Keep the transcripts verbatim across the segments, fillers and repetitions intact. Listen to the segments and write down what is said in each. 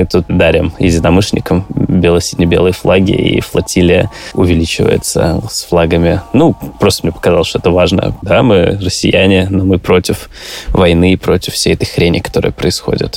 мы тут дарим единомышленникам бело-сине-белые флаги, и флотилия увеличивается с флагами. Ну, просто мне показалось, что это важно. Да, мы россияне, но мы против войны, против всей этой хрени, которая происходит.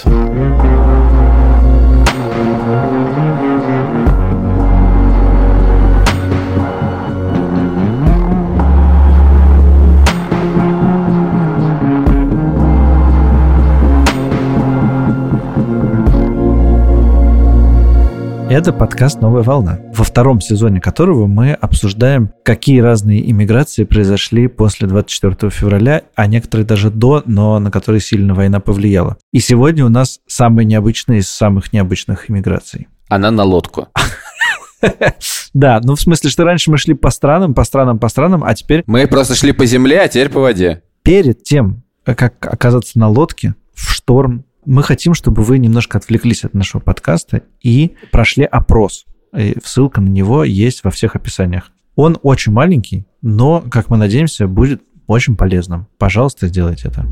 Это подкаст «Новая волна», во втором сезоне которого мы обсуждаем, какие разные иммиграции произошли после двадцать четвёртого февраля, а некоторые даже до, но на которые сильно война повлияла. И сегодня у нас самая необычная из самых необычных иммиграций. Она на лодку. Да, ну в смысле, что раньше мы шли по странам, по странам, по странам, а теперь... Мы просто шли по земле, а теперь по воде. Перед тем, как оказаться на лодке в шторм, мы хотим, чтобы вы немножко отвлеклись от нашего подкаста и прошли опрос. И ссылка на него есть во всех описаниях. Он очень маленький, но, как мы надеемся, будет очень полезным. Пожалуйста, сделайте это.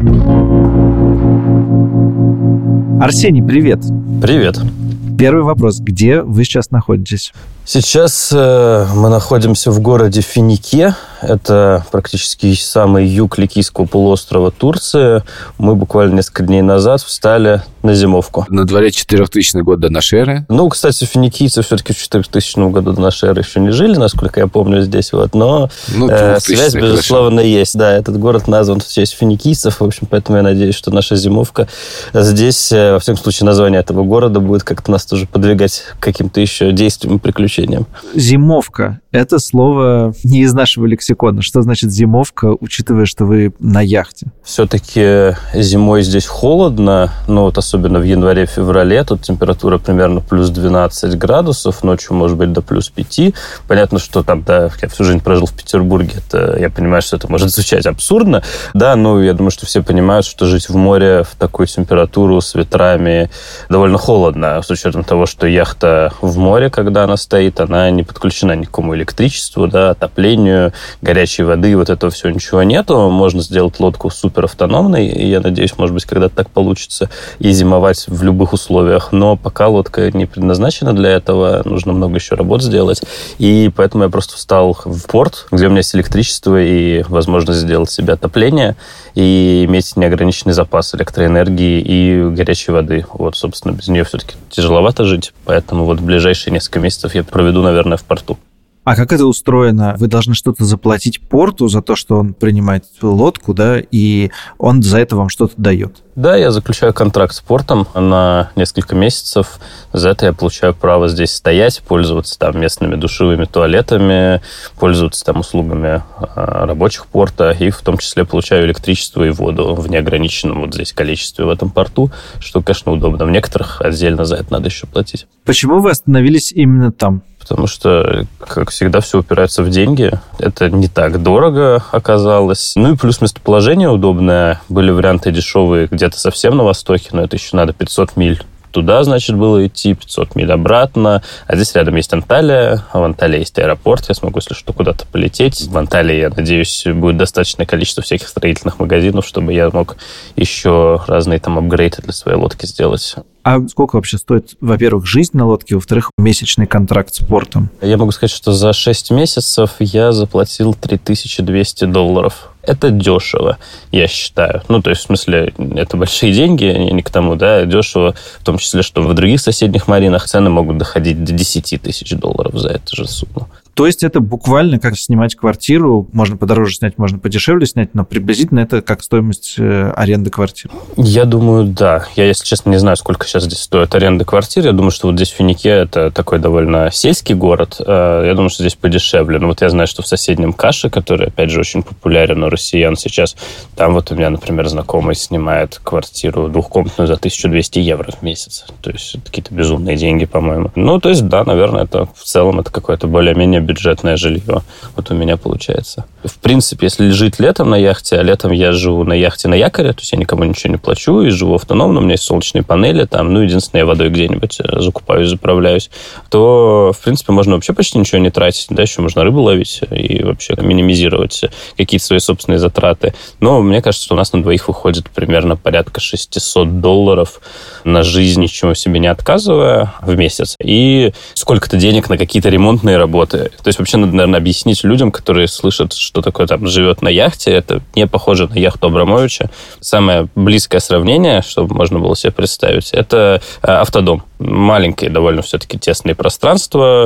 Арсений, привет. Привет. Первый вопрос. Где вы сейчас находитесь? Сейчас э, мы находимся в городе Финике. Это практически самый юг Ликийского полуострова Турции. Мы буквально несколько дней назад встали на зимовку. На дворе четырехтысячный год до нашей эры. Ну, кстати, финикийцы все-таки в четырехтысячном году до нашей эры еще не жили, насколько я помню, здесь. Вот. Но ну, э, связь, безусловно, хорошо. Есть. Да, этот город назван в честь финикийцев. В общем, поэтому я надеюсь, что наша зимовка здесь, во всяком случае, название этого города будет как-то нас тоже подвигать к каким-то еще действиям и приключениям. Зимовка. Это слово не из нашего лексикона. Что значит зимовка, учитывая, что вы на яхте? Все-таки зимой здесь холодно, но вот особенно в январе-феврале тут температура примерно плюс двенадцать градусов, ночью может быть до плюс пять. Понятно, что там, да, я всю жизнь прожил в Петербурге, это, я понимаю, что это может звучать абсурдно, да, но я думаю, что все понимают, что жить в море в такую температуру с ветрами довольно холодно, с учетом того, что яхта в море, когда она стоит, она не подключена ни к какому электричеству, да, отоплению, горячей воды, вот этого всего ничего нету. Можно сделать лодку суперавтономной, и я надеюсь, может быть, когда-то так получится, и зимовать в любых условиях. Но пока лодка не предназначена для этого, нужно много еще работ сделать. И поэтому я просто встал в порт, где у меня есть электричество и возможность сделать себе отопление и иметь неограниченный запас электроэнергии и горячей воды. Вот, собственно, без нее все-таки тяжеловато жить, поэтому вот в ближайшие несколько месяцев я проведу, наверное, в порту. А как это устроено? Вы должны что-то заплатить порту за то, что он принимает лодку, да, и он за это вам что-то дает? Да, я заключаю контракт с портом на несколько месяцев. За это я получаю право здесь стоять, пользоваться там местными душевыми туалетами, пользоваться там услугами рабочих порта, и в том числе получаю электричество и воду в неограниченном вот здесь количестве в этом порту, что, конечно, удобно. В некоторых отдельно за это надо еще платить. Почему вы остановились именно там? Потому что, как всегда, все упирается в деньги. Это не так дорого оказалось. Ну и плюс местоположение удобное. Были варианты дешевые где-то совсем на востоке, но это еще надо пятьсот миль туда, значит, было идти, пятьсот миль обратно. А здесь рядом есть Анталия, а в Анталии есть аэропорт. Я смогу, если что, куда-то полететь. В Анталии, я надеюсь, будет достаточное количество всяких строительных магазинов, чтобы я мог еще разные там апгрейды для своей лодки сделать. А сколько вообще стоит, во-первых, жизнь на лодке, во-вторых, месячный контракт с портом? Я могу сказать, что за шесть месяцев я заплатил три тысячи двести долларов. Это дешево, я считаю. Ну, то есть, в смысле, это большие деньги, не к тому, да, дешево, в том числе, что в других соседних маринах цены могут доходить до десять тысяч долларов за эту же сумму. То есть это буквально как снимать квартиру, можно подороже снять, можно подешевле снять, но приблизительно это как стоимость аренды квартиры? Я думаю, да. Я, если честно, не знаю, сколько сейчас здесь стоит аренда квартиры. Я думаю, что вот здесь в Финике это такой довольно сельский город. Я думаю, что здесь подешевле. Но вот я знаю, что в соседнем Каше, который, опять же, очень популярен у россиян сейчас, там вот у меня, например, знакомый снимает квартиру двухкомнатную за тысячу двести евро в месяц. То есть это какие-то безумные деньги, по-моему. Ну, то есть, да, наверное, это в целом это какое-то более-менее бюджетное жилье. Вот у меня получается. В принципе, если жить летом на яхте, а летом я живу на яхте на якоре, то есть я никому ничего не плачу и живу автономно, у меня есть солнечные панели, там, ну, единственное, я водой где-нибудь закупаюсь, заправляюсь, то, в принципе, можно вообще почти ничего не тратить, да, еще можно рыбу ловить и вообще минимизировать какие-то свои собственные затраты. Но мне кажется, что у нас на двоих выходит примерно порядка шестьсот долларов на жизнь, ничего себе не отказывая, в месяц. И сколько-то денег на какие-то ремонтные работы. То есть вообще надо, наверное, объяснить людям, которые слышат, что такое там живет на яхте. Это не похоже на яхту Абрамовича. Самое близкое сравнение, чтобы можно было себе представить, это автодом. Маленькие довольно все-таки тесные пространства,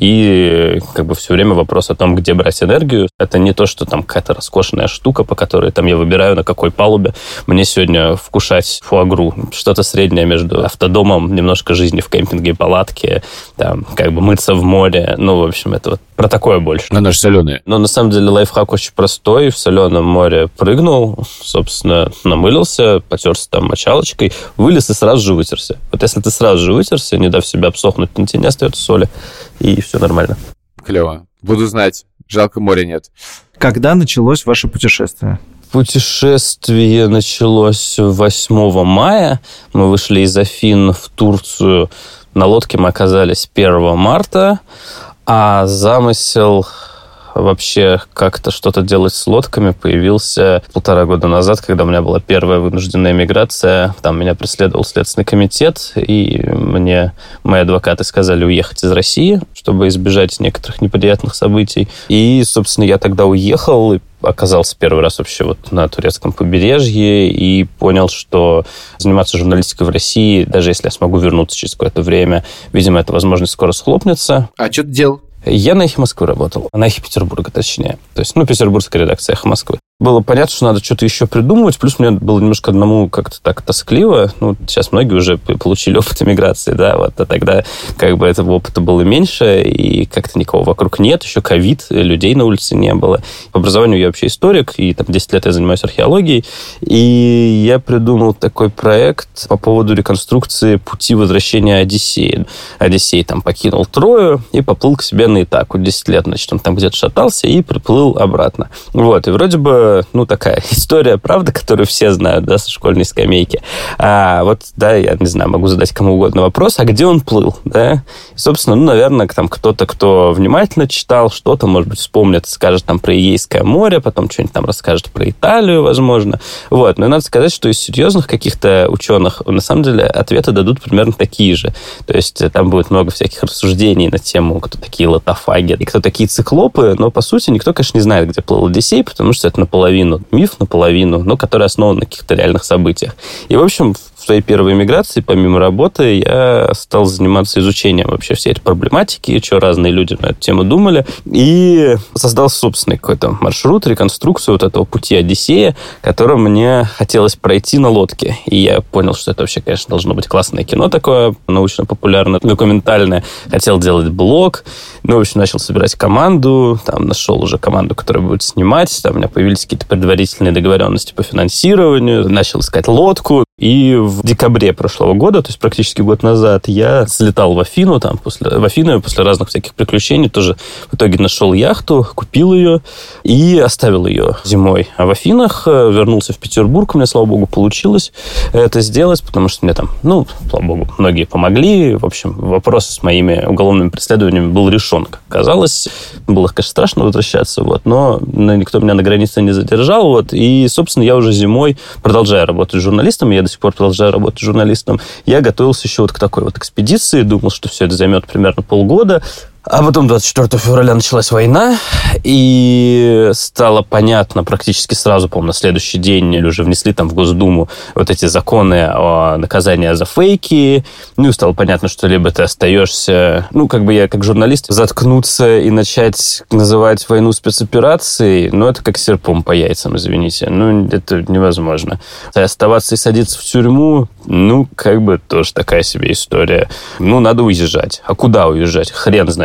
и как бы все время вопрос о том, где брать энергию. Это не то, что там какая-то роскошная штука, по которой там я выбираю, на какой палубе мне сегодня вкушать фуагру. Что-то среднее между автодомом, немножко жизни в кемпинге и палатке, там, как бы мыться в море. Ну, в общем, это вот про такое больше. Оно же соленое. Но на самом деле лайфхак очень простой. В соленом море прыгнул, собственно, намылился, потерся там мочалочкой, вылез и сразу же вытерся. Вот если ты сразу же вытерся, не дав себе обсохнуть, на тебе не остается соли, и все нормально. Клево. Буду знать. Жалко, моря нет. Когда началось ваше путешествие? Путешествие началось восьмого мая. Мы вышли из Афин в Турцию. На лодке мы оказались первого марта. А замысел вообще как-то что-то делать с лодками появился полтора года назад, когда у меня была первая вынужденная миграция. Там меня преследовал Следственный комитет, и мне мои адвокаты сказали уехать из России, чтобы избежать некоторых неприятных событий. И, собственно, я тогда уехал и оказался первый раз вообще вот на турецком побережье и понял, что заниматься журналистикой в России, даже если я смогу вернуться через какое-то время, видимо, эта возможность скоро схлопнется. А что ты делал? Я на «Эхе Москвы» работал. На «Эхе Петербурга», точнее. То есть, ну, петербургская редакция «Эхо Москвы». Было понятно, что надо что-то еще придумывать. Плюс мне было немножко одному как-то так тоскливо. Ну, сейчас многие уже получили опыт эмиграции, да, вот. А тогда как бы этого опыта было меньше, и как-то никого вокруг нет. Еще ковид, людей на улице не было. По образованию я вообще историк, и там десять лет я занимаюсь археологией. И я придумал такой проект по поводу реконструкции пути возвращения Одиссея. Одиссей там покинул Трою и поплыл к себе на Итаку. десять лет, значит, он там где-то шатался и приплыл обратно. Вот, и вроде бы ну, такая история, правда, которую все знают, да, со школьной скамейки. А вот, да, я не знаю, могу задать кому угодно вопрос, а где он плыл, да? И, собственно, ну, наверное, там кто-то, кто внимательно читал, что-то, может быть, вспомнит, скажет там про Эгейское море, потом что-нибудь там расскажет про Италию, возможно. Вот, но надо сказать, что из серьезных каких-то ученых, на самом деле, ответы дадут примерно такие же. То есть там будет много всяких рассуждений на тему, кто такие лотофаги и кто такие циклопы, но, по сути, никто, конечно, не знает, где плыл Одиссей, потому что это наполовину миф, наполовину, но который основан на каких-то реальных событиях. И, в общем, в своей первой эмиграции, помимо работы, я стал заниматься изучением вообще всей этой проблематики, что разные люди на эту тему думали, и создал собственный какой-то маршрут, реконструкцию вот этого пути Одиссея, которым мне хотелось пройти на лодке. И я понял, что это вообще, конечно, должно быть классное кино такое, научно-популярное, документальное. Хотел делать блог, ну, в общем, начал собирать команду, там нашел уже команду, которая будет снимать, там у меня появились какие-то предварительные договоренности по финансированию, начал искать лодку, и в декабре прошлого года, то есть практически год назад, я слетал в Афину, там, после, в Афину после разных всяких приключений, тоже в итоге нашел яхту, купил ее и оставил ее зимой в Афинах, вернулся в Петербург, у меня, слава богу, получилось это сделать, потому что мне там, ну, слава богу, многие помогли, в общем, вопрос с моими уголовными преследованиями был решен, как казалось. Было, конечно, страшно возвращаться, вот, но никто меня на границе не задержал, вот, и, собственно, я уже зимой, продолжая работать журналистом, я до сих пор продолжаю работать журналистом, я готовился еще вот к такой вот экспедиции, думал, что все это займет примерно полгода. А потом двадцать четвёртого февраля началась война, и стало понятно практически сразу, по-моему, на следующий день или уже внесли там в Госдуму вот эти законы о наказании за фейки. Ну и стало понятно, что либо ты остаешься... Ну, как бы я как журналист заткнуться и начать называть войну спецоперацией, ну, это как серпом по яйцам, извините. Ну, это невозможно. А оставаться и садиться в тюрьму, ну, как бы тоже такая себе история. Ну, надо уезжать. А куда уезжать? Хрен знает.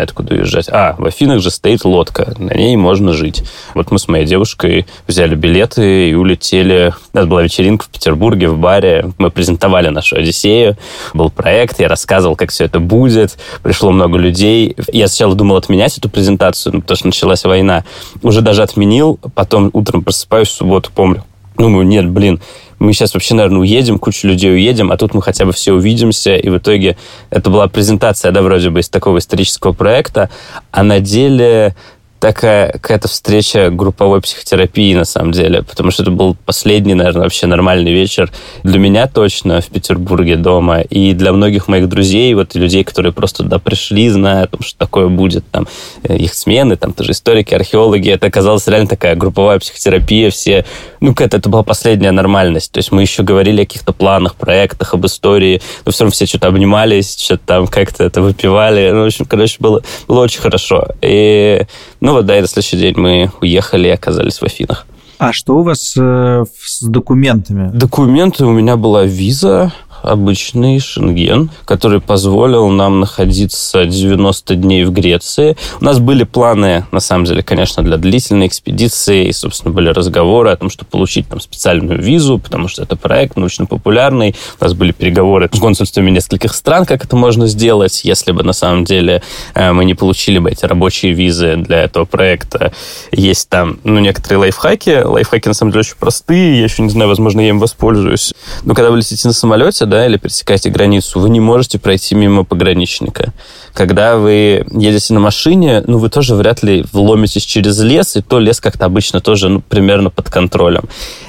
знает, куда уезжать. А, в Афинах же стоит лодка, на ней можно жить. Вот мы с моей девушкой взяли билеты и улетели. У нас была вечеринка в Петербурге, в баре. Мы презентовали нашу Одиссею. Был проект, я рассказывал, как все это будет. Пришло много людей. Я сначала думал отменять эту презентацию, ну, потому что началась война. Уже даже отменил. Потом утром просыпаюсь в субботу, помню. Думаю, нет, блин, мы сейчас вообще, наверное, уедем, куча людей уедем, а тут мы хотя бы все увидимся. И в итоге это была презентация, да, вроде бы из такого исторического проекта, а на деле такая какая-то встреча групповой психотерапии, на самом деле, потому что это был последний, наверное, вообще нормальный вечер для меня точно в Петербурге дома, и для многих моих друзей, вот и людей, которые просто туда пришли, зная о том, что такое будет, там, их смены, там тоже историки, археологи, это оказалась реально такая групповая психотерапия, все, ну, какая-то это была последняя нормальность, то есть мы еще говорили о каких-то планах, проектах, об истории, но все равно все что-то обнимались, что-то там как-то это выпивали, ну, в общем, короче, было, было очень хорошо, и ну вот, да, и на следующий день мы уехали и оказались в Афинах. А что у вас э, с документами? Документы, у меня была виза, обычный Шенген, который позволил нам находиться девяносто дней в Греции. У нас были планы, на самом деле, конечно, для длительной экспедиции, и, собственно, были разговоры о том, что получить там специальную визу, потому что это проект научно-популярный. У нас были переговоры с консульствами нескольких стран, как это можно сделать, если бы, на самом деле, мы не получили бы эти рабочие визы для этого проекта. Есть там, ну, некоторые лайфхаки. Лайфхаки, на самом деле, очень простые. Я еще не знаю, возможно, я им воспользуюсь. Но когда вы летите на самолете, да, или пересекаете границу, вы не можете пройти мимо пограничника. Когда вы едете на машине, ну, вы тоже вряд ли вломитесь через лес, и то лес как-то обычно тоже, ну, примерно под контролем.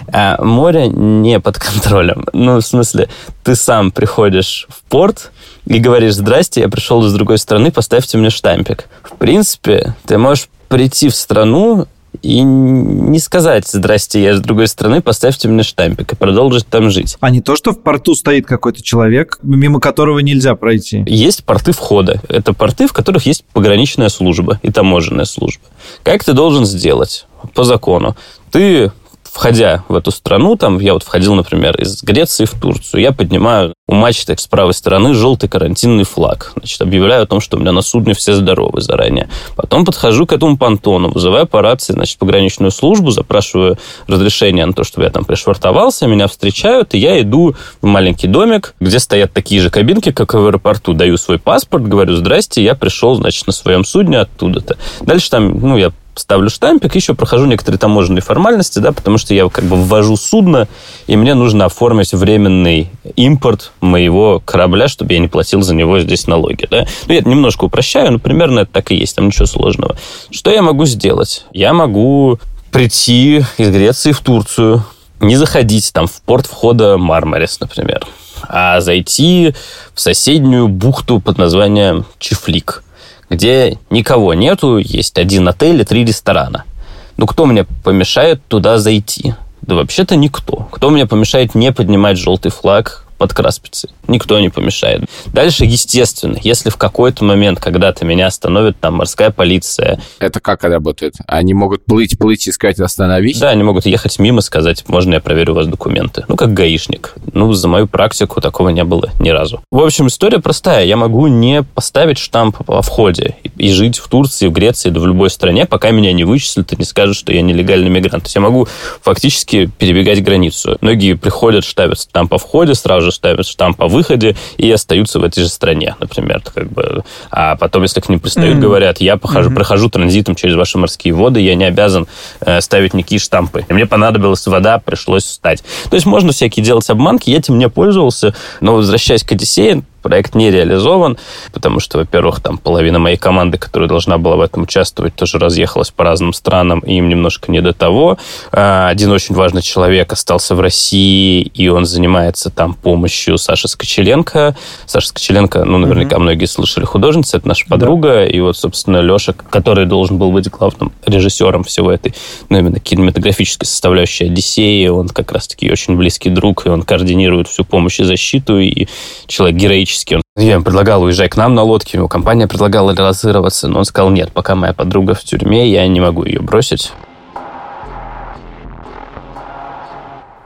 А море не под контролем. Ну, в смысле, ты сам приходишь в порт и говоришь: «Здрасте, я пришел из другой страны, поставьте мне штампик». В принципе, ты можешь прийти в страну и не сказать: «Здрасте, я из другой страны, поставьте мне штампик», и продолжить там жить. А не то, что в порту стоит какой-то человек, мимо которого нельзя пройти? Есть порты входа. Это порты, в которых есть пограничная служба и таможенная служба. Как ты должен сделать по закону? Ты, входя в эту страну, там, я вот входил, например, из Греции в Турцию, я поднимаю у мачты с правой стороны желтый карантинный флаг. Значит, объявляю о том, что у меня на судне все здоровы заранее. Потом подхожу к этому понтону, вызываю по рации, значит, пограничную службу, запрашиваю разрешение на то, чтобы я там пришвартовался, меня встречают, и я иду в маленький домик, где стоят такие же кабинки, как и в аэропорту. Даю свой паспорт, говорю: «Здрасте, я пришел, значит, на своем судне оттуда-то». Дальше там, ну, я ставлю штампик, еще прохожу некоторые таможенные формальности, да, потому что я как бы ввожу судно, и мне нужно оформить временный импорт моего корабля, чтобы я не платил за него здесь налоги, да. Ну, я это немножко упрощаю, но примерно это так и есть, там ничего сложного. Что я могу сделать? Я могу прийти из Греции в Турцию, не заходить там в порт входа Мармарис, например, а зайти в соседнюю бухту под названием Чифлик, где никого нету, есть один отель и три ресторана. Ну, кто мне помешает туда зайти? Да вообще-то никто. Кто мне помешает не поднимать желтый флаг под Краспицей? Никто не помешает. Дальше, естественно, если в какой-то момент когда-то меня остановит там морская полиция... Это как работает? Они могут плыть, плыть и сказать: «Остановись»? Да, они могут ехать мимо, сказать: «Можно я проверю у вас документы?» Ну, как гаишник. Ну, за мою практику такого не было ни разу. В общем, история простая. Я могу не поставить штамп во входе и жить в Турции, в Греции, да в любой стране, пока меня не вычислят и не скажут, что я нелегальный мигрант. То есть я могу фактически перебегать границу. Многие приходят, ставят штамп по входе, сразу же ставят штамп по выходе и остаются в этой же стране, например. Как бы. А потом, если к ним пристают, mm-hmm. говорят: «Я похожу, mm-hmm. прохожу транзитом через ваши морские воды, я не обязан э, ставить никакие штампы. И мне понадобилась вода, пришлось встать». То есть можно всякие делать обманки, я этим не пользовался. Но, возвращаясь к Одиссее, проект не реализован, потому что, во-первых, там половина моей команды, которая должна была в этом участвовать, тоже разъехалась по разным странам, и им немножко не до того. Один очень важный человек остался в России, и он занимается там помощью Саши Скочеленко. Саша Скочеленко, ну, наверняка mm-hmm. многие слышали, художница, это наша подруга, да. И вот, собственно, Леша, который должен был быть главным режиссером всего этой, ну, именно кинематографической составляющей Одиссеи, он как раз-таки очень близкий друг, и он координирует всю помощь и защиту, и человек героический. Я ему предлагал уезжать к нам на лодке, ему компания предлагала релацироваться, но он сказал: «Нет, пока моя подруга в тюрьме, я не могу ее бросить».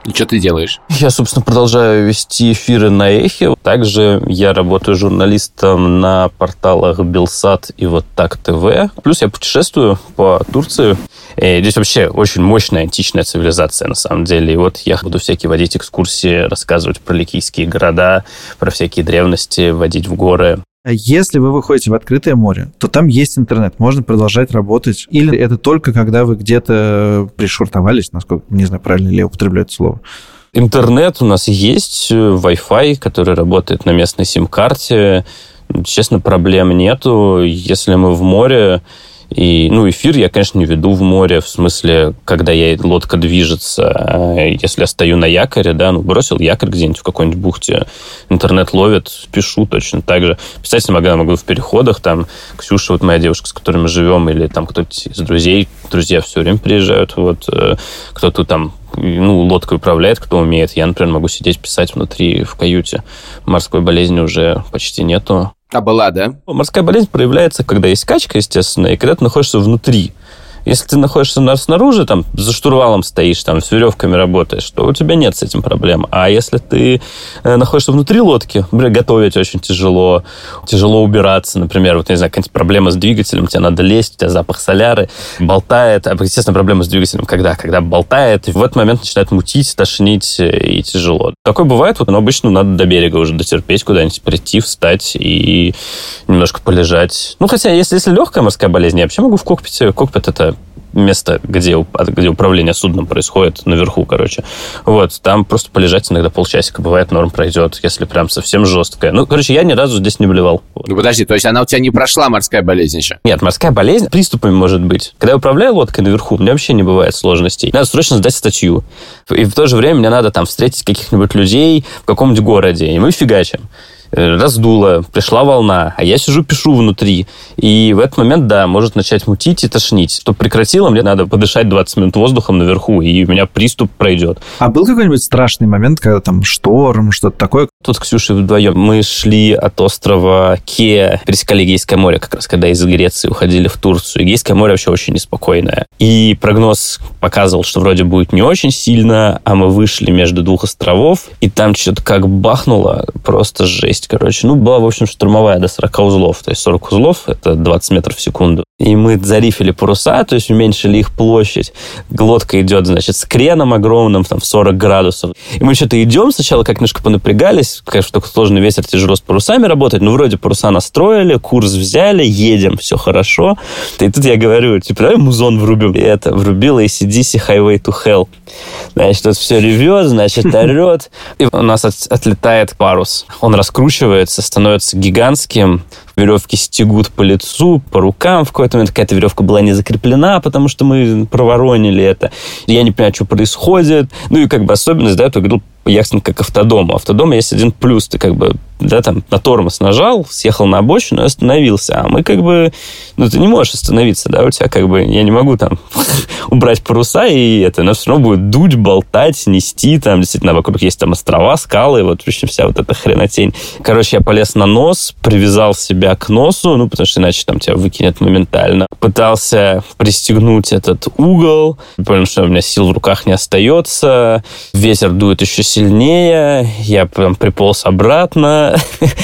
И что ты делаешь? Я, собственно, продолжаю вести эфиры на Эхе. Также я работаю журналистом на порталах Белсат и Вот Так ТВ. Плюс я путешествую по Турции. И здесь вообще очень мощная античная цивилизация, на самом деле. И вот я буду всякие водить экскурсии, рассказывать про ликийские города, про всякие древности, водить в горы. Если вы выходите в открытое море, то там есть интернет, можно продолжать работать. Или это только когда вы где-то пришвартовались, насколько, не знаю, правильно ли я употребляю это слово. Интернет у нас есть, Wi-Fi, который работает на местной сим-карте. Честно, проблем нету. Если мы в море... И, ну, эфир я, конечно, не веду в море, в смысле, когда я, лодка движется. Если я стою на якоре, да, ну, бросил якорь где-нибудь в какой-нибудь бухте, интернет ловит, пишу точно так же. Писать иногда могу в переходах, там, Ксюша, вот моя девушка, с которой мы живем, или там кто-то из друзей, друзья все время приезжают, вот, кто-то там, ну, лодкой управляет, кто умеет. Я, например, могу сидеть, писать внутри в каюте. Морской болезни уже почти нету. А была, да? Морская болезнь проявляется, когда есть качка, естественно, и когда ты находишься внутри. Если ты находишься снаружи, там, за штурвалом стоишь, там, с веревками работаешь, то у тебя нет с этим проблем. А если ты находишься внутри лодки, например, готовить очень тяжело, тяжело убираться, например, вот, не знаю, какая-нибудь проблема с двигателем, тебе надо лезть, у тебя запах соляры, болтает. А, естественно, проблема с двигателем когда? Когда болтает, и в этот момент начинает мутить, тошнить, и тяжело. Такое бывает, вот, но обычно надо до берега уже дотерпеть, куда-нибудь прийти, встать и немножко полежать. Ну, хотя, если, если легкая морская болезнь, я вообще могу в кокпите. Кокпит — это место, где, где управление судном происходит, наверху, короче. Вот, там просто полежать иногда полчасика, бывает, норм пройдет, если прям совсем жесткая. Ну, короче, я ни разу здесь не блевал. Ну, подожди, то есть она у тебя не прошла, морская болезнь еще? Нет, морская болезнь приступами может быть. Когда я управляю лодкой наверху, у меня вообще не бывает сложностей. Надо срочно сдать статью. И в то же время мне надо там встретить каких-нибудь людей в каком-нибудь городе, и мы фигачим. Раздуло, пришла волна, а я сижу, пишу внутри. И в этот момент, да, может начать мутить и тошнить. Чтобы прекратило, мне надо подышать двадцать минут воздухом наверху, и у меня приступ пройдет. А был какой-нибудь страшный момент, когда там шторм, что-то такое? Тут с Ксюшей вдвоем мы шли от острова Кеа, пересекали Эгейское море, как раз когда из Греции уходили в Турцию. Эгейское море вообще очень неспокойное. И прогноз показывал, что вроде будет не очень сильно, а мы вышли между двух островов, и там что-то как бахнуло, просто жесть. Короче, ну, была, в общем, штурмовая до сорок узлов. То есть сорок узлов — это двадцать метров в секунду. И мы зарифили паруса, то есть уменьшили их площадь. Лодка идет, значит, с креном огромным, там, в сорок градусов. И мы что-то идем сначала, как немножко понапрягались. Конечно, такой сложный ветер, тяжело с парусами работать, но вроде паруса настроили, курс взяли, едем, все хорошо. И тут я говорю, типа, давай музон врубим. И это, врубила эй си ди си Highway to Hell. Значит, тут все ревет, значит, орет. И у нас от, отлетает парус. Он раскручивается, становится гигантским. Веревки стегут по лицу, по рукам. В какой-то момент какая-то веревка была не закреплена, потому что мы проворонили это. Я не понимаю, что происходит. Ну и как бы особенность, да, я говорил, яхтинг как автодом. У автодома есть один плюс. Ты как бы, да, там, на тормоз нажал, съехал на обочину и остановился. А мы как бы, ну, ты не можешь остановиться, да, у тебя как бы, я не могу там убрать паруса, и это, но все равно будет дуть, болтать, нести, там, действительно, вокруг есть там острова, скалы, вот, в общем, вся вот эта хренотень. Короче, я полез на нос, привязал себя к носу, ну, потому что иначе там тебя выкинет моментально. Пытался пристегнуть этот угол, понял, что у меня сил в руках не остается, ветер дует еще сильнее, я прям приполз обратно,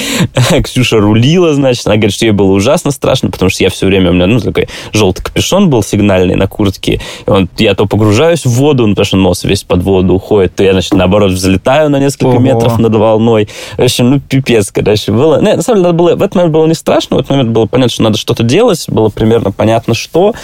Ксюша рулила, значит, она говорит, что ей было ужасно страшно, потому что я все время, у меня, ну, такой желтый капюшон был сигнальный на куртке, и он, я то погружаюсь в воду, ну, потому что нос весь под воду уходит, то я, значит, наоборот, взлетаю на несколько Ого. метров над волной. В общем, ну, пипец, короче, было. Не, на самом деле, надо было, в этот момент было не страшно, в этот момент было понятно, что надо что-то делать, было примерно понятно, что,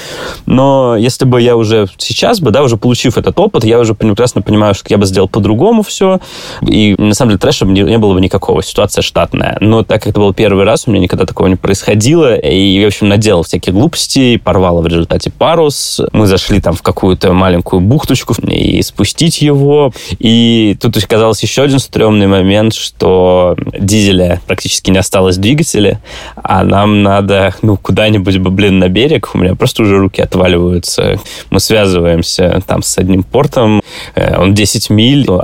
но если бы я уже сейчас бы, да, уже получив этот опыт, я уже прекрасно понимаю, что я бы сделал по-другому все, и, на самом деле, трэша не, не было бы никакого, ситуация штатная. Но так как это был первый раз, у меня никогда такого не происходило, и, в общем, наделал всякие глупости, порвало в результате парус, мы зашли там в какую-то маленькую бухточку и спустить его, и тут оказался еще один стрёмный момент, что дизеля практически не осталось в двигателе, а нам надо, ну, куда-нибудь, блин, на берег, у меня просто уже руки отваливаются, мы связываемся там с одним портом, он десять миль, а у меня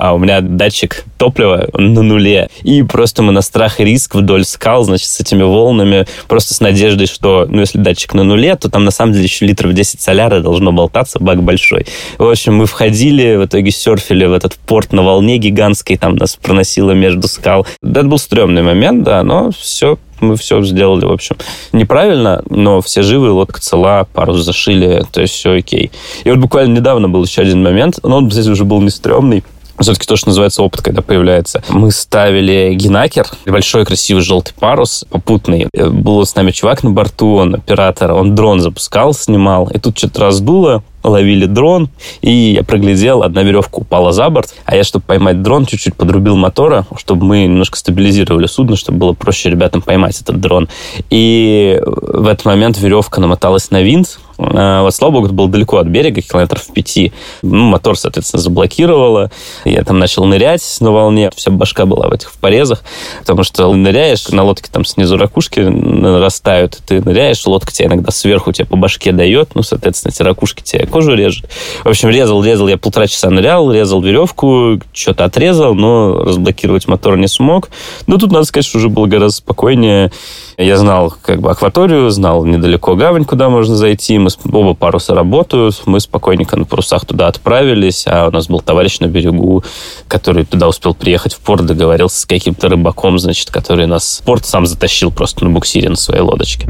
датчик топлива на нуле. И просто мы на страх и риск вдоль скал, значит, с этими волнами, просто с надеждой, что, ну, если датчик на нуле, то там на самом деле еще литров десять соляра должно болтаться, бак большой. В общем, мы входили, в итоге серфили в этот порт на волне гигантской, там нас проносило между скал. Это был стрёмный момент, да, но все, мы все сделали, в общем, неправильно, но все живы, лодка цела, парус зашили, то есть все окей. И вот буквально недавно был еще один момент, но он, кстати, уже был не стрёмный. Все-таки то, что называется опыт, когда появляется. Мы ставили гинакер, большой красивый желтый парус, попутный. Был с нами чувак на борту, он оператор, он дрон запускал, снимал, и тут что-то раздуло, ловили дрон, и я проглядел, одна веревка упала за борт, а я, чтобы поймать дрон, чуть-чуть подрубил мотора, чтобы мы немножко стабилизировали судно, чтобы было проще ребятам поймать этот дрон. И в этот момент веревка намоталась на винт. Вот, слава богу, это было далеко от берега, километров в пяти. Ну, мотор, соответственно, заблокировало. Я там начал нырять на волне. Вся башка была в этих в порезах, потому что ныряешь, на лодке там снизу ракушки нарастают, ты ныряешь, лодка тебя иногда сверху тебе по башке дает, ну, соответственно, эти ракушки тебе кожу режет. В общем, резал, резал, я полтора часа нырял, резал веревку, что-то отрезал, но разблокировать мотор не смог. Но тут, надо сказать, что уже было гораздо спокойнее. Я знал как бы акваторию, знал недалеко гавань, куда можно зайти. Мы оба паруса работают. Мы спокойненько на парусах туда отправились. А у нас был товарищ на берегу, который туда успел приехать в порт, договорился с каким-то рыбаком, значит, который нас в порт сам затащил просто на буксире на своей лодочке.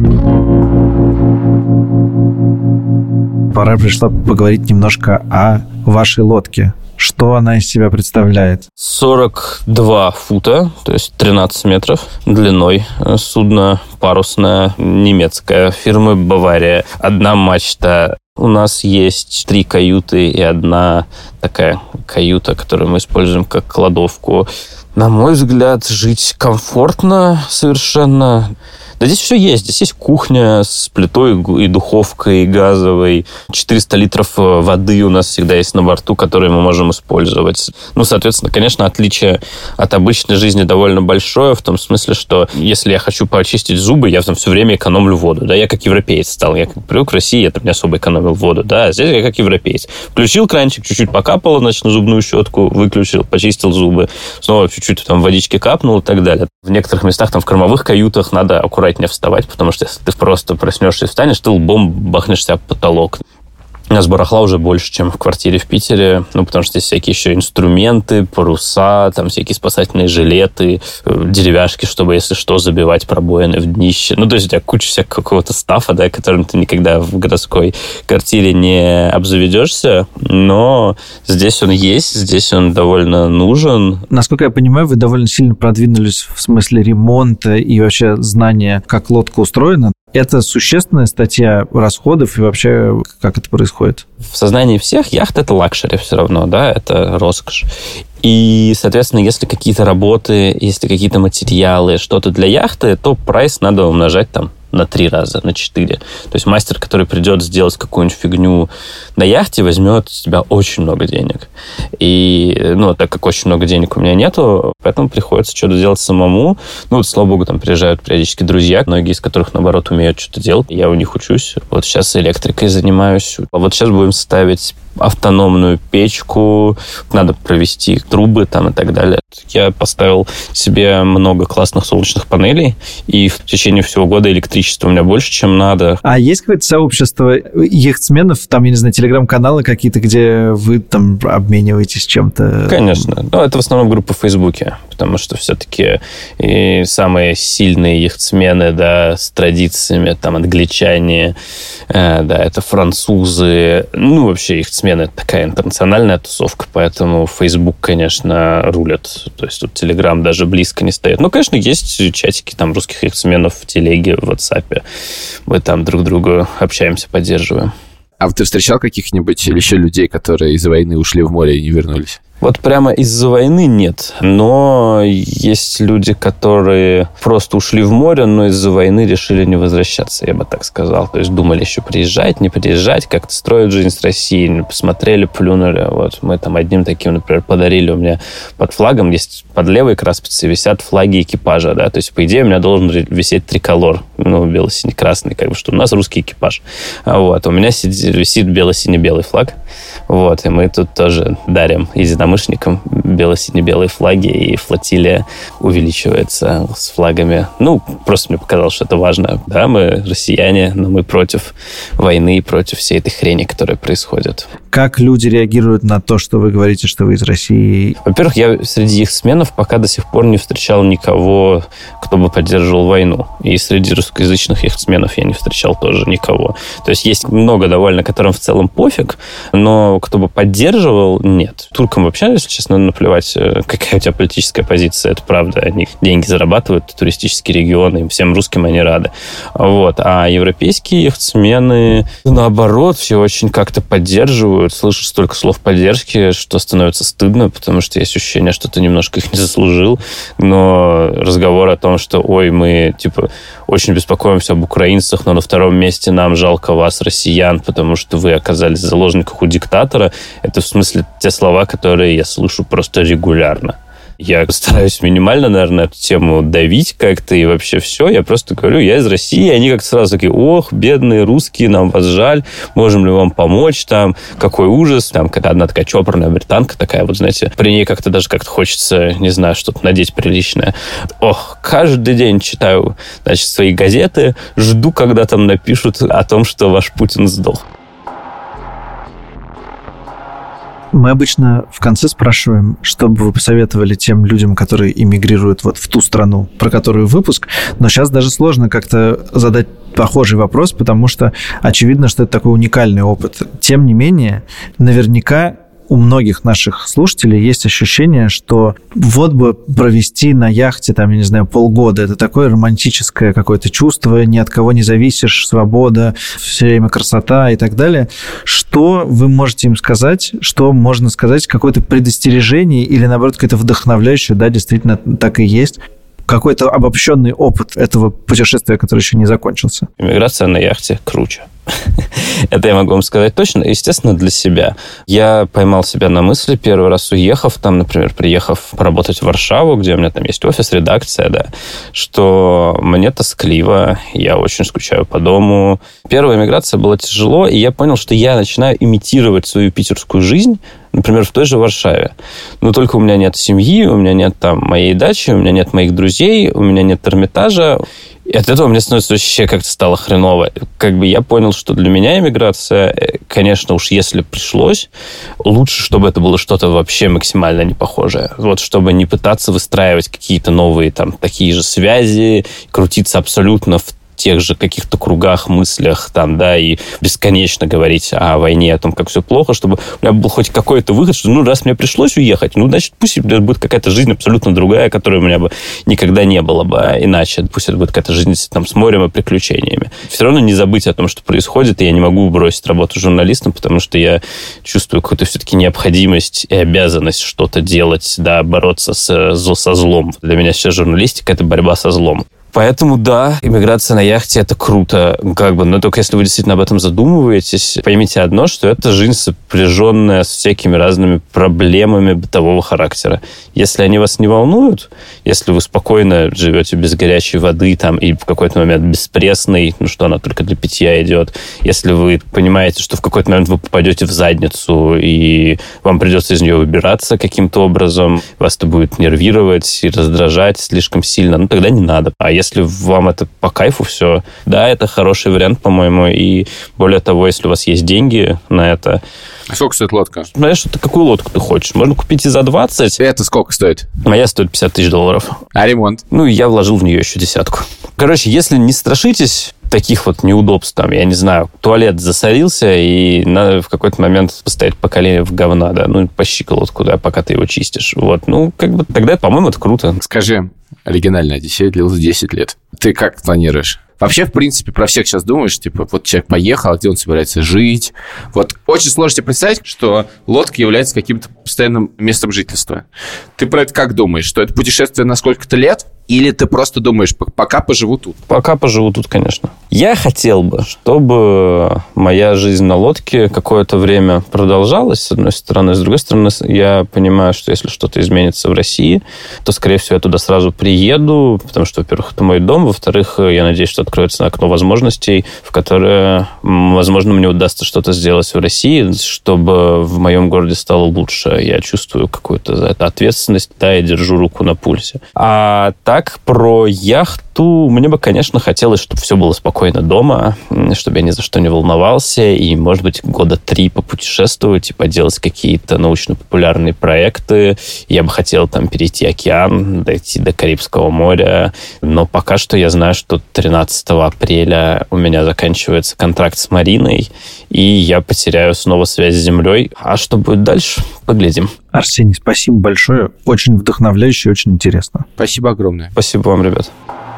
Пора пришла поговорить немножко о вашей лодке. Что она из себя представляет? сорок два фута, то есть тринадцать метров длиной. Судно парусное, немецкое, фирмы «Бавария». Одна мачта. У нас есть три каюты и одна такая каюта, которую мы используем как кладовку. На мой взгляд, жить комфортно совершенно. Да здесь все есть. Здесь есть кухня с плитой и духовкой, и газовой. четыреста литров воды у нас всегда есть на борту, которые мы можем использовать. Ну, соответственно, конечно, отличие от обычной жизни довольно большое, в том смысле, что если я хочу почистить зубы, я там все время экономлю воду. Да, я как европеец стал. Я как привык в России, я там не особо экономил воду. Да, а здесь я как европеец. Включил кранчик, чуть-чуть покапало, значит, на зубную щетку, выключил, почистил зубы. Снова чуть-чуть там водички капнул и так далее. В некоторых местах, там в кормовых каютах, надо аккуратнее вставать, потому что если ты просто проснешься и встанешь, ты лбом бахнешься об потолок. У нас барахла уже больше, чем в квартире в Питере, ну, потому что здесь всякие еще инструменты, паруса, там всякие спасательные жилеты, деревяшки, чтобы, если что, забивать пробоины в днище. Ну, то есть у тебя куча всякого какого-то стафа, да, которым ты никогда в городской квартире не обзаведешься, но здесь он есть, здесь он довольно нужен. Насколько я понимаю, вы довольно сильно продвинулись в смысле ремонта и вообще знания, как лодка устроена. Это существенная статья расходов и вообще как это происходит? В сознании всех яхта – это лакшери все равно, да, это роскошь. И, соответственно, если какие-то работы, если какие-то материалы, что-то для яхты, то прайс надо умножать там на три раза, на четыре. То есть мастер, который придет сделать какую-нибудь фигню на яхте, возьмет с тебя очень много денег. И, ну, так как очень много денег у меня нету, поэтому приходится что-то делать самому. Ну, вот, слава богу, там приезжают периодически друзья, многие из которых, наоборот, умеют что-то делать. Я у них учусь. Вот сейчас электрикой занимаюсь. А вот сейчас будем ставить автономную печку, надо провести трубы там и так далее. Я поставил себе много классных солнечных панелей, и в течение всего года электричества у меня больше, чем надо. А есть какое-то сообщество яхтсменов, там, я не знаю, телеграм-каналы какие-то, где вы там обмениваетесь чем-то? Конечно. Ну, это в основном группа в Фейсбуке, потому что все-таки и самые сильные яхтсмены, да, с традициями, там, англичане, э, да, это французы, ну, вообще яхтсмены. Это такая интернациональная тусовка, поэтому Facebook, конечно, рулят. То есть тут Telegram даже близко не стоит. Ну, конечно, есть чатики там русских яхтсменов в телеге, в WhatsApp. Мы там друг другу общаемся, поддерживаем. А вот ты встречал каких-нибудь или еще людей, которые из войны ушли в море и не вернулись? Вот прямо из-за войны нет, но есть люди, которые просто ушли в море, но из-за войны решили не возвращаться, я бы так сказал. То есть думали еще приезжать, не приезжать, как-то строить жизнь с Россией, посмотрели, плюнули. Вот мы там одним таким, например, подарили у меня под флагом, есть под левой краспицей висят флаги экипажа, да, то есть, по идее, у меня должен висеть триколор, ну, бело-синий-красный, как бы, что у нас русский экипаж. Вот, у меня сидит, висит бело-синий-белый флаг, вот, и мы тут тоже дарим единомышленникам единомышленникам, бело-сине-белые флаги, и флотилия увеличивается с флагами. Ну, просто мне показалось, что это важно. Да, мы россияне, но мы против войны, против всей этой хрени, которая происходит. Как люди реагируют на то, что вы говорите, что вы из России? Во-первых, я среди их сменов пока до сих пор не встречал никого, кто бы поддерживал войну. И среди русскоязычных их сменов я не встречал тоже никого. То есть есть много довольно, которым в целом пофиг, но кто бы поддерживал, нет. Туркам вообще, если честно, наплевать, какая у тебя политическая позиция, это правда. Они деньги зарабатывают, туристические регионы, им всем русским они рады. Вот. А европейские яхтсмены, наоборот, все очень как-то поддерживают. Слышу столько слов поддержки, что становится стыдно, потому что есть ощущение, что ты немножко их не заслужил. Но разговор о том, что, ой, мы, типа, очень беспокоимся об украинцах, но на втором месте нам жалко вас, россиян, потому что вы оказались в заложниках у диктатора, это в смысле те слова, которые я слышу просто регулярно. Я стараюсь минимально, наверное, эту тему давить как-то, и вообще все. Я просто говорю, я из России, и они как-то сразу такие, ох, бедные русские, нам вас жаль, можем ли вам помочь, там, какой ужас. Там, когда одна такая чопорная британка такая, вот, знаете, при ней как-то даже как-то хочется, не знаю, что-то надеть приличное. Ох, каждый день читаю, значит, свои газеты, жду, когда там напишут о том, что ваш Путин сдох. Мы обычно в конце спрашиваем, что бы вы посоветовали тем людям, которые эмигрируют вот в ту страну, про которую выпуск. Но сейчас даже сложно как-то задать похожий вопрос, потому что очевидно, что это такой уникальный опыт. Тем не менее, наверняка у многих наших слушателей есть ощущение, что вот бы провести на яхте, там, я не знаю, полгода, это такое романтическое какое-то чувство, ни от кого не зависишь, свобода, все время красота и так далее. Что вы можете им сказать, что можно сказать, какое-то предостережение или, наоборот, какое-то вдохновляющее, да, действительно так и есть, какой-то обобщенный опыт этого путешествия, который еще не закончился? Иммиграция на яхте круче. Это я могу вам сказать точно. Естественно, для себя. Я поймал себя на мысли, первый раз уехав, там, например, приехав поработать в Варшаву, где у меня там есть офис, редакция, да, что мне тоскливо, я очень скучаю по дому. Первая иммиграция была тяжело, и я понял, что я начинаю имитировать свою питерскую жизнь, например, в той же Варшаве. Но только у меня нет семьи, у меня нет там моей дачи, у меня нет моих друзей, у меня нет Эрмитажа. И от этого мне становится вообще как-то стало хреново. Как бы я понял, что для меня иммиграция, конечно, уж если пришлось, лучше, чтобы это было что-то вообще максимально не похожее. Вот, чтобы не пытаться выстраивать какие-то новые там такие же связи, крутиться абсолютно в тех же каких-то кругах, мыслях, там, да, и бесконечно говорить о войне, о том, как все плохо, чтобы у меня был хоть какой-то выход, что, ну, раз мне пришлось уехать, ну, значит, пусть это будет какая-то жизнь абсолютно другая, которой у меня бы никогда не было бы иначе. Пусть это будет какая-то жизнь там, с морем и приключениями. Все равно не забыть о том, что происходит, и я не могу бросить работу журналистом, потому что я чувствую какую-то все-таки необходимость и обязанность что-то делать, да, бороться с, со злом. Для меня сейчас журналистика — это борьба со злом. Поэтому, да, иммиграция на яхте – это круто, как бы, но только если вы действительно об этом задумываетесь, поймите одно, что это жизнь, сопряженная с всякими разными проблемами бытового характера. Если они вас не волнуют, если вы спокойно живете без горячей воды там, и в какой-то момент без пресной, ну что она только для питья идет, если вы понимаете, что в какой-то момент вы попадете в задницу, и вам придется из нее выбираться каким-то образом, вас это будет нервировать и раздражать слишком сильно, ну тогда не надо. А если Если вам это по кайфу все, да, это хороший вариант, по-моему. И более того, если у вас есть деньги на это... А сколько стоит лодка? Знаешь, что ты, какую лодку ты хочешь? Можно купить и за двадцать. Это сколько стоит? Моя стоит пятьдесят тысяч долларов. А ремонт? Ну, я вложил в нее еще десятку. Короче, если не страшитесь таких вот неудобств, там, я не знаю, туалет засорился, и надо в какой-то момент постоять по колено в говна, да, ну, по щиколотку, да, пока ты его чистишь. Вот, ну, как бы, тогда, по-моему, это круто. Скажи, оригинальная Одиссея длилась десять лет. Ты как планируешь? Вообще, в принципе, про всех сейчас думаешь, типа, вот человек поехал, а где он собирается жить? Вот очень сложно себе представить, что лодка является каким-то постоянным местом жительства. Ты про это как думаешь? Что это путешествие на сколько-то лет? Или ты просто думаешь, пока поживу тут? Пока поживу тут, конечно. Я хотел бы, чтобы моя жизнь на лодке какое-то время продолжалась, с одной стороны. С другой стороны, я понимаю, что если что-то изменится в России, то, скорее всего, я туда сразу приеду, потому что, во-первых, это мой дом, во-вторых, я надеюсь, что откроется окно возможностей, в которое, возможно, мне удастся что-то сделать в России, чтобы в моем городе стало лучше. Я чувствую какую-то за это ответственность, да, я держу руку на пульсе. А так, про яхту, мне бы, конечно, хотелось, чтобы все было спокойно дома, чтобы я ни за что не волновался, и, может быть, года три попутешествовать и поделать какие-то научно-популярные проекты. Я бы хотел там перейти океан, дойти до Карибского моря, но пока что я знаю, что тринадцатого апреля у меня заканчивается контракт с Мариной, и я потеряю снова связь с землей. А что будет дальше? Поглядим. Арсений, спасибо большое. Очень вдохновляюще и очень интересно. Спасибо огромное. Спасибо вам, ребят.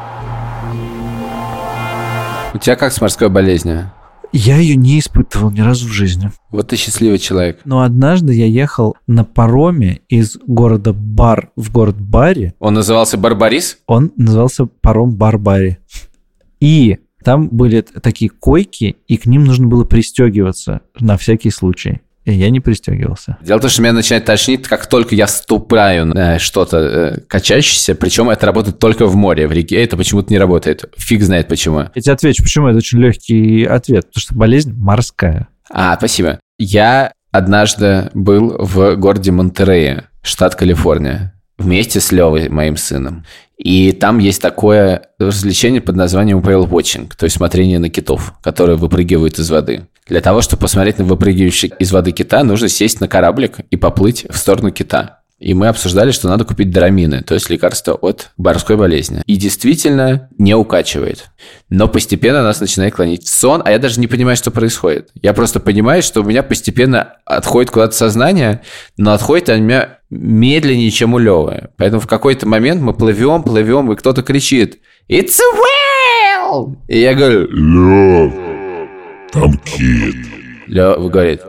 У тебя как с морской болезнью? Я ее не испытывал ни разу в жизни. Вот ты счастливый человек. Но однажды я ехал на пароме из города Бар в город Бари. Он назывался Барбарис? Он назывался паром Бар-Бари. И там были такие койки, и к ним нужно было пристегиваться на всякий случай. И я не пристегивался. Дело в том, что меня начинает тошнить, как только я вступаю на что-то э, качающееся, причем это работает только в море, в реке это почему-то не работает. Фиг знает почему. Я тебе отвечу, почему это очень легкий ответ. Потому что болезнь морская. А, спасибо. Я однажды был в городе Монтерее, штат Калифорния, вместе с Левой, моим сыном. И там есть такое развлечение под названием whale watching, то есть смотрение на китов, которые выпрыгивают из воды. Для того, чтобы посмотреть на выпрыгивающих из воды кита, нужно сесть на кораблик и поплыть в сторону кита. И мы обсуждали, что надо купить драмины, то есть лекарство от морской болезни. И действительно не укачивает. Но постепенно нас начинает клонить в сон, а я даже не понимаю, что происходит. Я просто понимаю, что у меня постепенно отходит куда-то сознание, но отходит от меня медленнее, чем у Лёвы. Поэтому в какой-то момент мы плывем, плывем, и кто-то кричит «It's a whale!» И я говорю «Лёв, там кит». Лёва говорит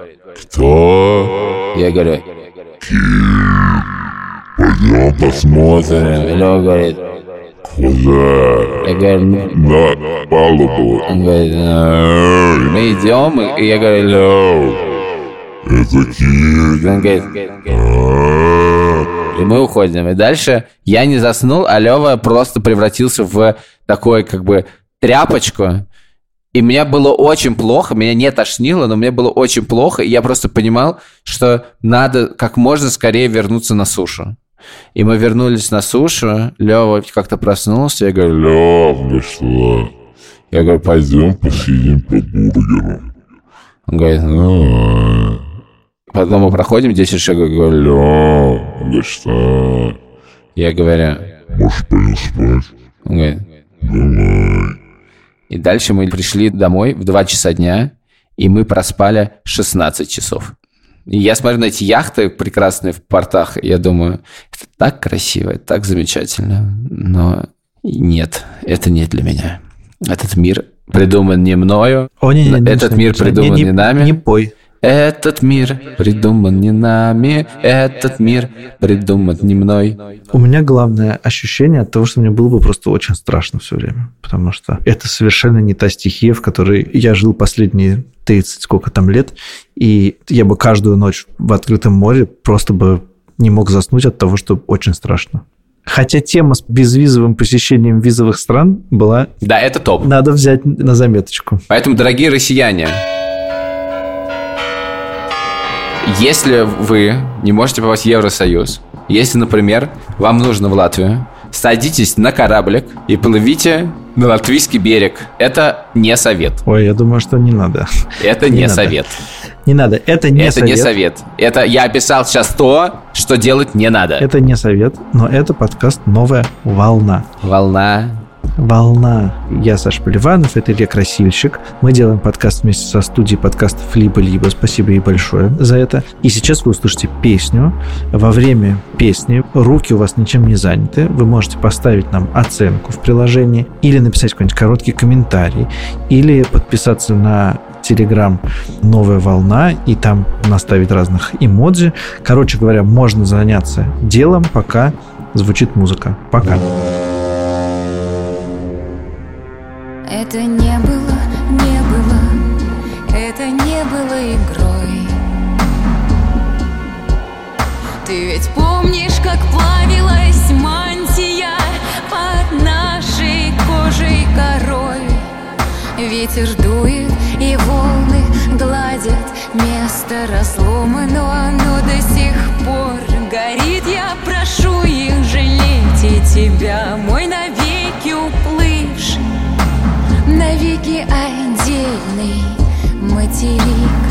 «Кто?» Я говорю «Кит, пойдем посмотрим». Лёва говорит «Куда?» Я говорю «На палубу». Он говорит «No». Мы идем, и я говорю «Лёв, это кит». Он говорит «А-а-а». И мы уходим. И дальше я не заснул, а Лёва просто превратился в такой, как бы, тряпочку. И мне было очень плохо, меня не тошнило, но мне было очень плохо, и я просто понимал, что надо как можно скорее вернуться на сушу. И мы вернулись на сушу, Лёва как-то проснулся, я говорю, Лёв, ну что? Я говорю, пойдем посидим по бургеру. Он говорит, ну... Потом мы проходим десять шагов, я говорю, Лёв, ну что? Я говорю, может, пойдем спать? Он говорит, давай. И дальше мы пришли домой в два часа дня, и мы проспали шестнадцать часов. И я смотрю на эти яхты прекрасные в портах, и я думаю, это так красиво, это так замечательно, но нет, это не для меня. Этот мир придуман не мною, О, не, не, не, этот не, мир не, придуман не, не нами. Не пой. Этот мир придуман не нами, этот мир придуман не мной. У меня главное ощущение от того, что мне было бы просто очень страшно все время, потому что это совершенно не та стихия, в которой я жил последние тридцать сколько там лет, и я бы каждую ночь в открытом море просто бы не мог заснуть от того, что очень страшно. Хотя тема с безвизовым посещением визовых стран была... Да, это топ. Надо взять на заметочку. Поэтому, дорогие россияне, если вы не можете попасть в Евросоюз, если, например, вам нужно в Латвию, садитесь на кораблик и плывите на латвийский берег. Это не совет. Ой, я думаю, что не надо. Это не, не совет. Не надо, это не это совет. Это не совет. Это я описал сейчас то, что делать не надо. Это не совет, но это подкаст «Новая волна». Волна. Волна. Я Саша Поливанов, это Илья Красильщик. Мы делаем подкаст вместе со студией подкастов «Либо-либо». Спасибо ей большое за это. И сейчас вы услышите песню. Во время песни руки у вас ничем не заняты. Вы можете поставить нам оценку в приложении или написать какой-нибудь короткий комментарий, или подписаться на Телеграм «Новая волна» и там наставить разных эмодзи. Короче говоря, можно заняться делом, пока звучит музыка. Пока. Это не было, не было, это не было игрой. Ты ведь помнишь, как плавилась мантия под нашей кожей корой? Ветер дует и волны гладят место разлома, но оно до сих пор горит. Я прошу их жалеть и тебя, мой навеки уплывший, навеки отдельный материк.